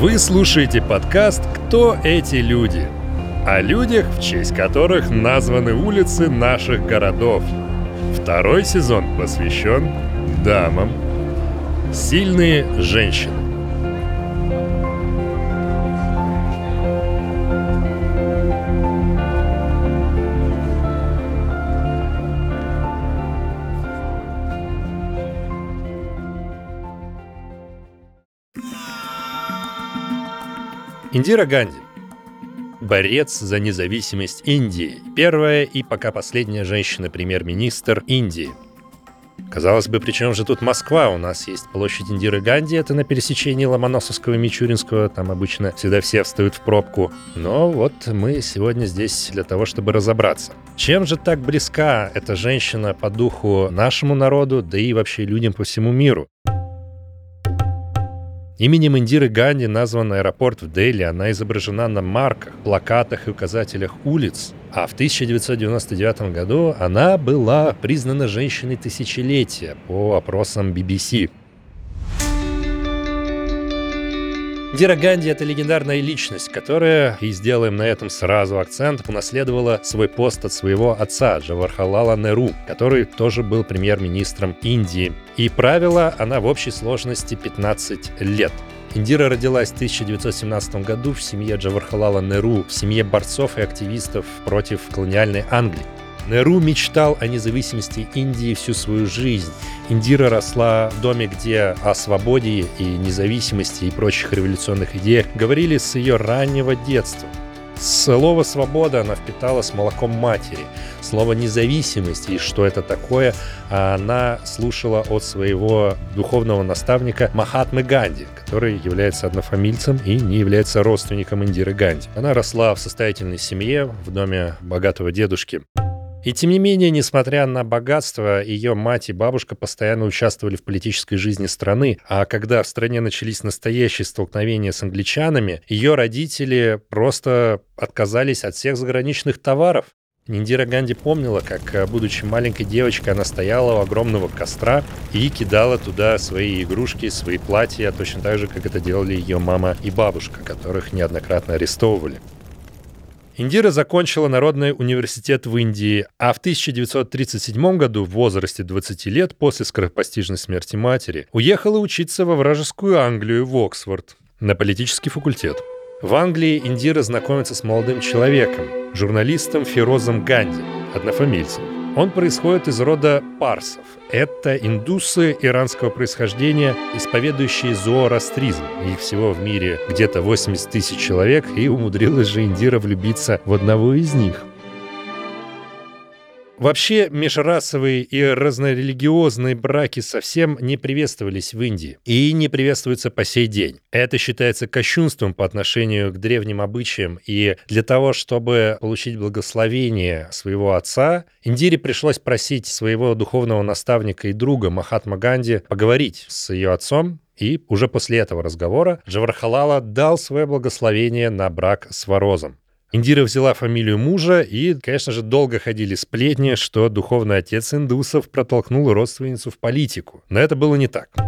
Вы слушаете подкаст «Кто эти люди?», о людях, в честь которых названы улицы наших городов. Второй сезон посвящен дамам. Сильные женщины. Индира Ганди. Борец за независимость Индии. Первая и пока последняя женщина-премьер-министр Индии. Казалось бы, при чем же тут Москва? У нас есть площадь Индиры Ганди, это на пересечении Ломоносовского и Мичуринского, там обычно всегда все встают в пробку. Но вот мы сегодня здесь для того, чтобы разобраться. Чем же так близка эта женщина по духу нашему народу, да и вообще людям по всему миру? Именем Индиры Ганди назван аэропорт в Дели, она изображена на марках, плакатах и указателях улиц. А в 1999 году она была признана женщиной тысячелетия по опросам BBC. Индира Ганди — это легендарная личность, которая, и сделаем на этом сразу акцент, унаследовала свой пост от своего отца Джавахарлала Неру, который тоже был премьер-министром Индии. И правила она в общей сложности 15 лет. Индира родилась в 1917 году в семье Джавахарлала Неру, в семье борцов и активистов против колониальной Англии. Неру мечтал о независимости Индии всю свою жизнь. Индира росла в доме, где о свободе и независимости и прочих революционных идеях говорили с ее раннего детства. Слово «свобода» она впитала с молоком матери. Слово «независимость» и что это такое, она слушала от своего духовного наставника Махатмы Ганди, который является однофамильцем и не является родственником Индиры Ганди. Она росла в состоятельной семье, в доме богатого дедушки. И тем не менее, несмотря на богатство, ее мать и бабушка постоянно участвовали в политической жизни страны, а когда в стране начались настоящие столкновения с англичанами, ее родители просто отказались от всех заграничных товаров. Индира Ганди помнила, как, будучи маленькой девочкой, она стояла у огромного костра и кидала туда свои игрушки, свои платья, точно так же, как это делали ее мама и бабушка, которых неоднократно арестовывали. Индира закончила Народный университет в Индии, а в 1937 году, в возрасте 20 лет, после скоропостижной смерти матери, уехала учиться во вражескую Англию, в Оксфорд, на политический факультет. В Англии Индира знакомится с молодым человеком, журналистом Фирозом Ганди, однофамильцем. Он происходит из рода парсов. Это индусы иранского происхождения, исповедующие зороастризм. Их всего в мире где-то 80 тысяч человек, и умудрилась же Индира влюбиться в одного из них. Вообще, межрасовые и разнорелигиозные браки совсем не приветствовались в Индии и не приветствуются по сей день. Это считается кощунством по отношению к древним обычаям, и для того, чтобы получить благословение своего отца, Индире пришлось просить своего духовного наставника и друга Махатма Ганди поговорить с ее отцом, и уже после этого разговора Джавахарлал дал свое благословение на брак с Фирозом. Индира взяла фамилию мужа, и, конечно же, долго ходили сплетни, что духовный отец индусов протолкнул родственницу в политику. Но это было не так.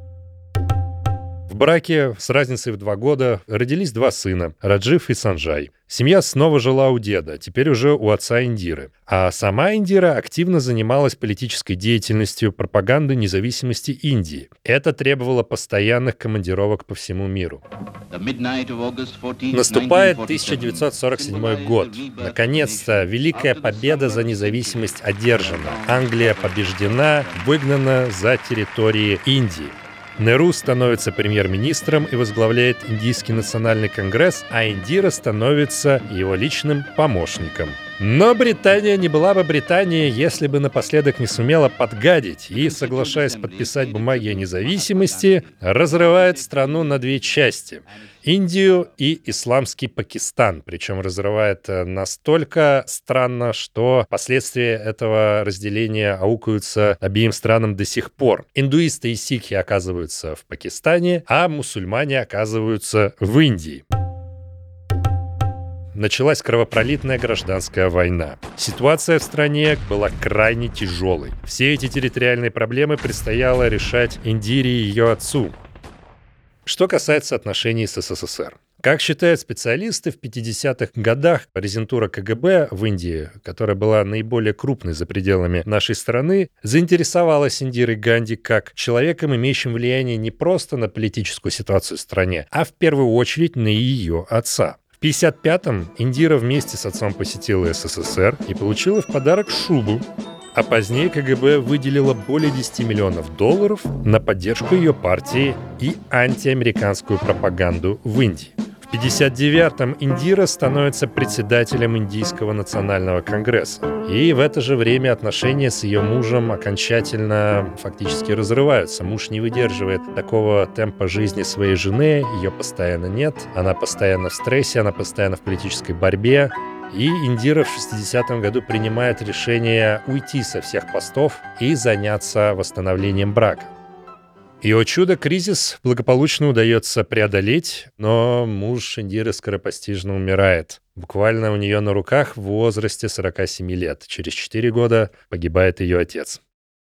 В браке с разницей в 2 года родились 2 сына – Раджив и Санджай. Семья снова жила у деда, теперь уже у отца Индиры. А сама Индира активно занималась политической деятельностью, пропагандой независимости Индии. Это требовало постоянных командировок по всему миру. Наступает 1947 год. Наконец-то Великая Победа за независимость одержана. Англия побеждена, выгнана за территории Индии. Неру становится премьер-министром и возглавляет Индийский национальный конгресс, а Индира становится его личным помощником. Но Британия не была бы Британией, если бы напоследок не сумела подгадить и, соглашаясь подписать бумаги о независимости, разрывает страну на 2 части – Индию и исламский Пакистан. Причем разрывает настолько странно, что последствия этого разделения аукаются обеим странам до сих пор. Индуисты и сикхи оказываются в Пакистане, а мусульмане оказываются в Индии. Началась кровопролитная гражданская война. Ситуация в стране была крайне тяжелой. Все эти территориальные проблемы предстояло решать Индире и ее отцу. Что касается отношений с СССР. Как считают специалисты, в 50-х годах резидентура КГБ в Индии, которая была наиболее крупной за пределами нашей страны, заинтересовалась Индирой Ганди как человеком, имеющим влияние не просто на политическую ситуацию в стране, а в первую очередь на ее отца. В 1955-м Индира вместе с отцом посетила СССР и получила в подарок шубу, а позднее КГБ выделило более $10 миллионов на поддержку ее партии и антиамериканскую пропаганду в Индии. В 1959-м Индира становится председателем Индийского национального конгресса. И в это же время отношения с ее мужем окончательно фактически разрываются. Муж не выдерживает такого темпа жизни своей жены, ее постоянно нет, она постоянно в стрессе, она постоянно в политической борьбе. И Индира в 60-м году принимает решение уйти со всех постов и заняться восстановлением брака. И, о чудо, кризис благополучно удается преодолеть, но муж Индиры скоропостижно умирает. Буквально у нее на руках в возрасте 47 лет. Через 4 года погибает ее отец.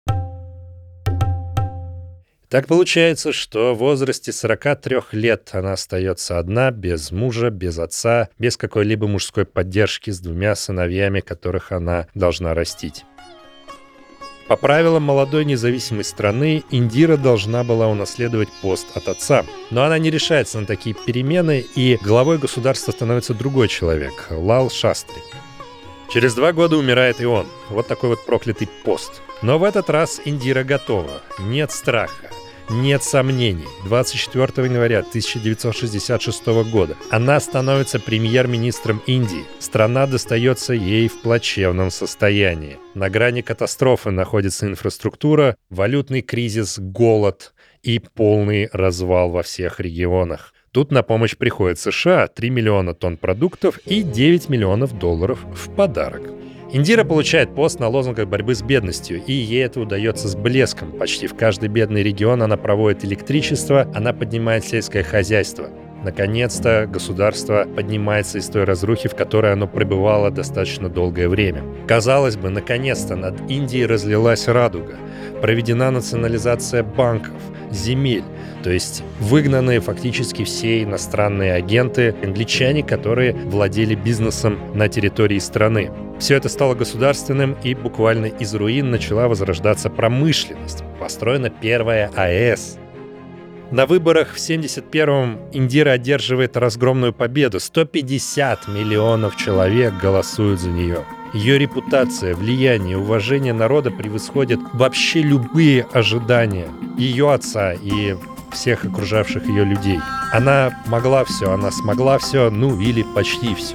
Так получается, что в возрасте 43 лет она остается одна, без мужа, без отца, без какой-либо мужской поддержки, с 2 сыновьями, которых она должна растить. По правилам молодой независимой страны, Индира должна была унаследовать пост от отца. Но она не решается на такие перемены, и главой государства становится другой человек – Лал Шастри. Через 2 года умирает и он. Вот такой вот проклятый пост. Но в этот раз Индира готова. Нет страха. Нет сомнений. 24 января 1966 года она становится премьер-министром Индии. Страна достается ей в плачевном состоянии. На грани катастрофы находится инфраструктура, валютный кризис, голод и полный развал во всех регионах. Тут на помощь приходит США, 3 миллиона тонн продуктов и $9 миллионов в подарок. Индира получает пост на лозунгах борьбы с бедностью, и ей это удается с блеском. Почти в каждый бедный регион она проводит электричество, она поднимает сельское хозяйство. Наконец-то государство поднимается из той разрухи, в которой оно пребывало достаточно долгое время. Казалось бы, наконец-то над Индией разлилась радуга. Проведена национализация банков, земель, то есть выгнаны фактически все иностранные агенты, англичане, которые владели бизнесом на территории страны. Все это стало государственным, и буквально из руин начала возрождаться промышленность. Построена первая АЭС. На выборах в 1971-м Индира одерживает разгромную победу. 150 миллионов человек голосуют за нее. Ее репутация, влияние, уважение народа превосходят вообще любые ожидания ее отца и всех окружавших ее людей. Она могла все, она смогла все, ну или почти все.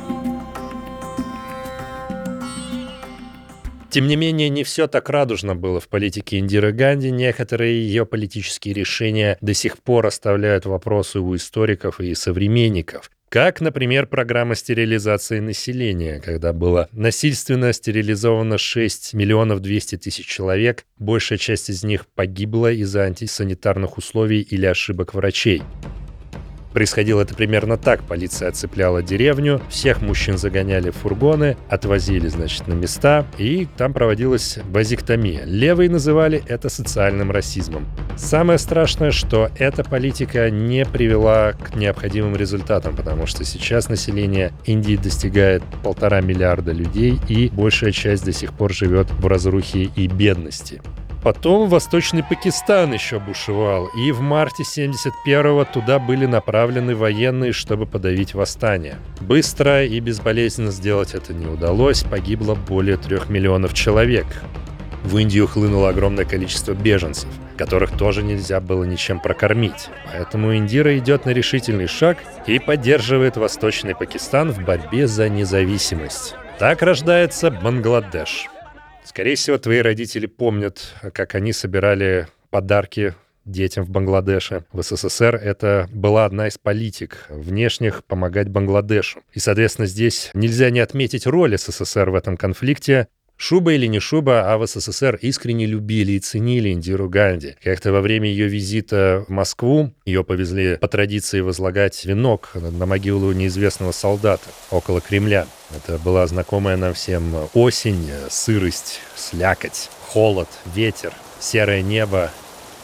Тем не менее, не все так радужно было в политике Индиры Ганди. Некоторые ее политические решения до сих пор оставляют вопросы у историков и современников. Как, например, программа стерилизации населения, когда было насильственно стерилизовано 6 200 000 человек, большая часть из них погибла из-за антисанитарных условий или ошибок врачей. Происходило это примерно так. Полиция оцепляла деревню, всех мужчин загоняли в фургоны, отвозили, на места, и там проводилась вазэктомия. Левые называли это социальным расизмом. Самое страшное, что эта политика не привела к необходимым результатам, потому что сейчас население Индии достигает 1,5 миллиарда людей, и большая часть до сих пор живет в разрухе и бедности. Потом Восточный Пакистан еще бушевал, и в марте 1971-го туда были направлены военные, чтобы подавить восстание. Быстро и безболезненно сделать это не удалось, погибло более 3 миллионов человек. В Индию хлынуло огромное количество беженцев, которых тоже нельзя было ничем прокормить. Поэтому Индира идет на решительный шаг и поддерживает Восточный Пакистан в борьбе за независимость. Так рождается Бангладеш. Скорее всего, твои родители помнят, как они собирали подарки детям в Бангладеше. В СССР это была одна из политик внешних помогать Бангладешу. И, соответственно, здесь нельзя не отметить роль СССР в этом конфликте. Шуба или не шуба, а в СССР искренне любили и ценили Индиру Ганди. Как-то во время ее визита в Москву ее повезли по традиции возлагать венок на могилу неизвестного солдата около Кремля. Это была знакомая нам всем осень, сырость, слякоть, холод, ветер, серое небо.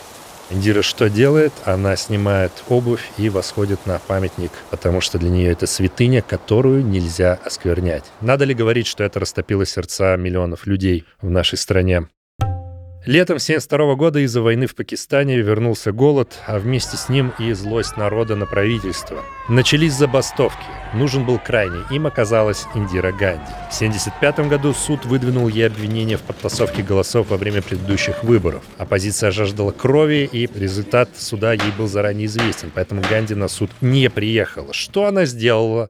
Индира что делает? Она снимает обувь и восходит на памятник, потому что для нее это святыня, которую нельзя осквернять. Надо ли говорить, что это растопило сердца миллионов людей в нашей стране? Летом 1972 года из-за войны в Пакистане вернулся голод, а вместе с ним и злость народа на правительство. Начались забастовки. Нужен был крайний. Им оказалась Индира Ганди. В 1975 году суд выдвинул ей обвинение в подтасовке голосов во время предыдущих выборов. Оппозиция жаждала крови, и результат суда ей был заранее известен, поэтому Ганди на суд не приехала. Что она сделала?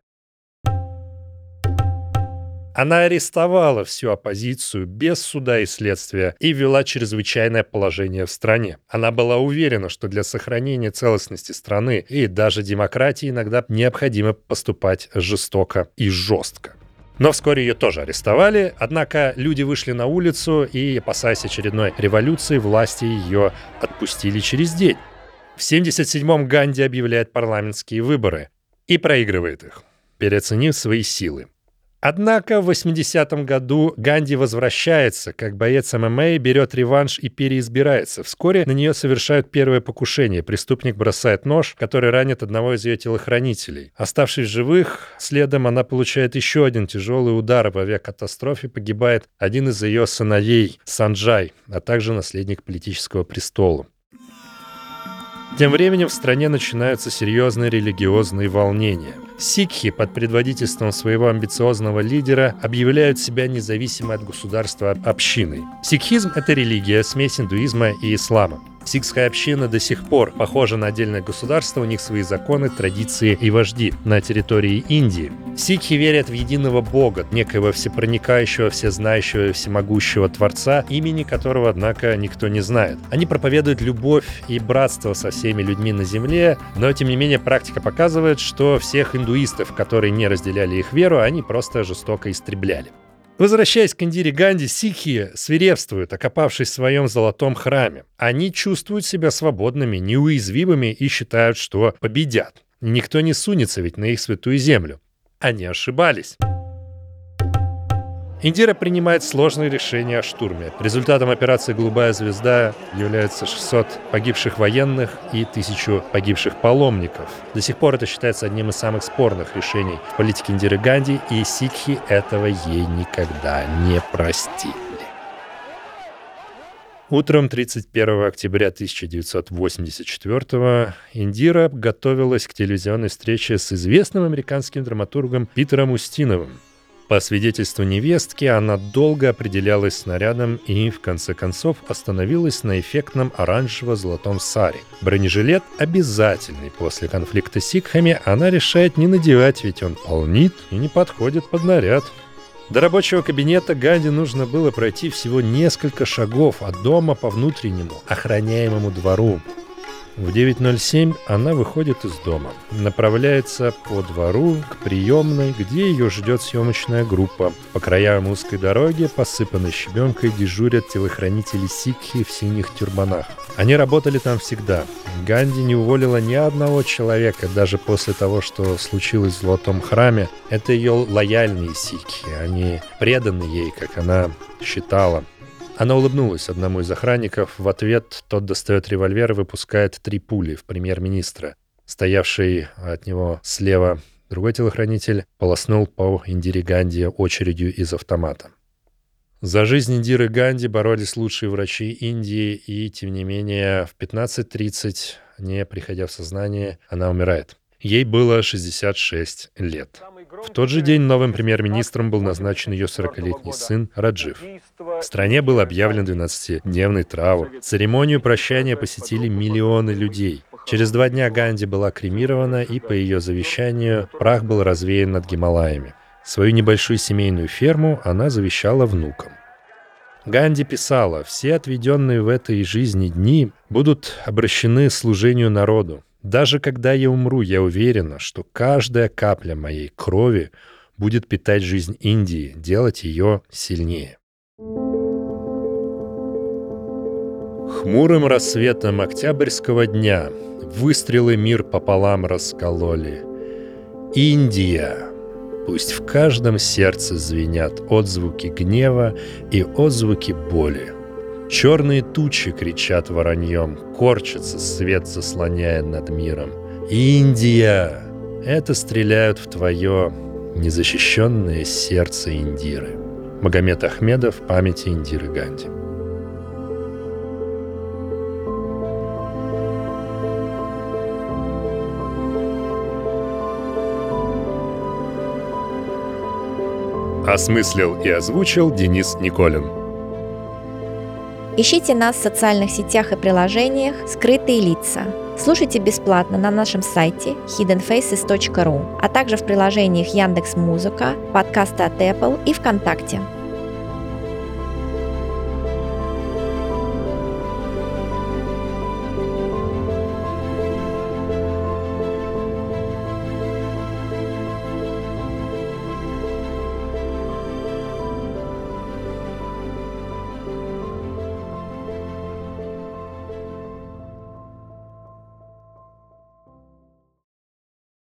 Она арестовала всю оппозицию без суда и следствия и ввела чрезвычайное положение в стране. Она была уверена, что для сохранения целостности страны и даже демократии иногда необходимо поступать жестоко и жестко. Но вскоре ее тоже арестовали, однако люди вышли на улицу и, опасаясь очередной революции, власти ее отпустили через день. В 1977-м Ганди объявляет парламентские выборы и проигрывает их, переоценив свои силы. Однако в 80-м году Ганди возвращается, как боец ММА, берет реванш и переизбирается. Вскоре на нее совершают первое покушение. Преступник бросает нож, который ранит одного из ее телохранителей. Оставшись в живых, следом она получает еще один тяжелый удар. В авиакатастрофе погибает один из ее сыновей, Санджай, а также наследник политического престола. Тем временем в стране начинаются серьезные религиозные волнения. Сикхи под предводительством своего амбициозного лидера объявляют себя независимой от государства общиной. Сикхизм — это религия, смесь индуизма и ислама. Сикхская община до сих пор похожа на отдельное государство, у них свои законы, традиции и вожди на территории Индии. Сикхи верят в единого бога, некоего всепроникающего, всезнающего и всемогущего Творца, имени которого, однако, никто не знает. Они проповедуют любовь и братство со всеми людьми на земле, но, тем не менее, практика показывает, что всех индуистов, которые не разделяли их веру, они просто жестоко истребляли. Возвращаясь к Индире Ганди, сикхи свирепствуют, окопавшись в своем золотом храме. Они чувствуют себя свободными, неуязвимыми и считают, что победят. Никто не сунется ведь на их святую землю. Они ошибались. Индира принимает сложные решения о штурме. Результатом операции «Голубая звезда» являются 600 погибших военных и 1000 погибших паломников. До сих пор это считается одним из самых спорных решений в политике Индиры Ганди, и сикхи этого ей никогда не простили. Утром 31 октября 1984 Индира готовилась к телевизионной встрече с известным американским драматургом Питером Устиновым. По свидетельству невестки, она долго определялась с нарядом и, в конце концов, остановилась на эффектном оранжево-золотом саре. Бронежилет обязательный. После конфликта с сикхами она решает не надевать, ведь он полнит и не подходит под наряд. До рабочего кабинета Ганди нужно было пройти всего несколько шагов от дома по внутреннему, охраняемому двору. В 9:07 она выходит из дома, направляется по двору к приемной, где ее ждет съемочная группа. По краям узкой дороги, посыпанной щебенкой, дежурят телохранители сикхи в синих тюрбанах. Они работали там всегда. Ганди не уволила ни одного человека, даже после того, что случилось в Золотом храме. Это ее лояльные сикхи, они преданы ей, как она считала. Она улыбнулась одному из охранников. В ответ тот достает револьвер и выпускает 3 пули в премьер-министра. Стоявший от него слева другой телохранитель полоснул по Индире Ганди очередью из автомата. За жизнь Индиры Ганди боролись лучшие врачи Индии, и, тем не менее, в 15:30, не приходя в сознание, она умирает. Ей было 66 лет. В тот же день новым премьер-министром был назначен ее 40-летний сын Раджив. В стране был объявлен 12-дневный траур. Церемонию прощания посетили миллионы людей. Через 2 дня Ганди была кремирована, и по ее завещанию прах был развеян над Гималаями. Свою небольшую семейную ферму она завещала внукам. Ганди писала: «Все отведенные в этой жизни дни будут обращены к служению народу. Даже когда я умру, я уверена, что каждая капля моей крови будет питать жизнь Индии, делать ее сильнее». Хмурым рассветом октябрьского дня выстрелы мир пополам раскололи. Индия! Пусть в каждом сердце звенят отзвуки гнева и отзвуки боли. Черные тучи кричат вороньем, корчится свет, заслоняя над миром. Индия! Это стреляют в твое незащищенное сердце Индиры. Магомед Ахмедов, памяти Индиры Ганди. Осмыслил и озвучил Денис Николин. Ищите нас в социальных сетях и приложениях «Скрытые лица». Слушайте бесплатно на нашем сайте hiddenfaces.ru, а также в приложениях Яндекс.Музыка, подкасты от Apple и ВКонтакте.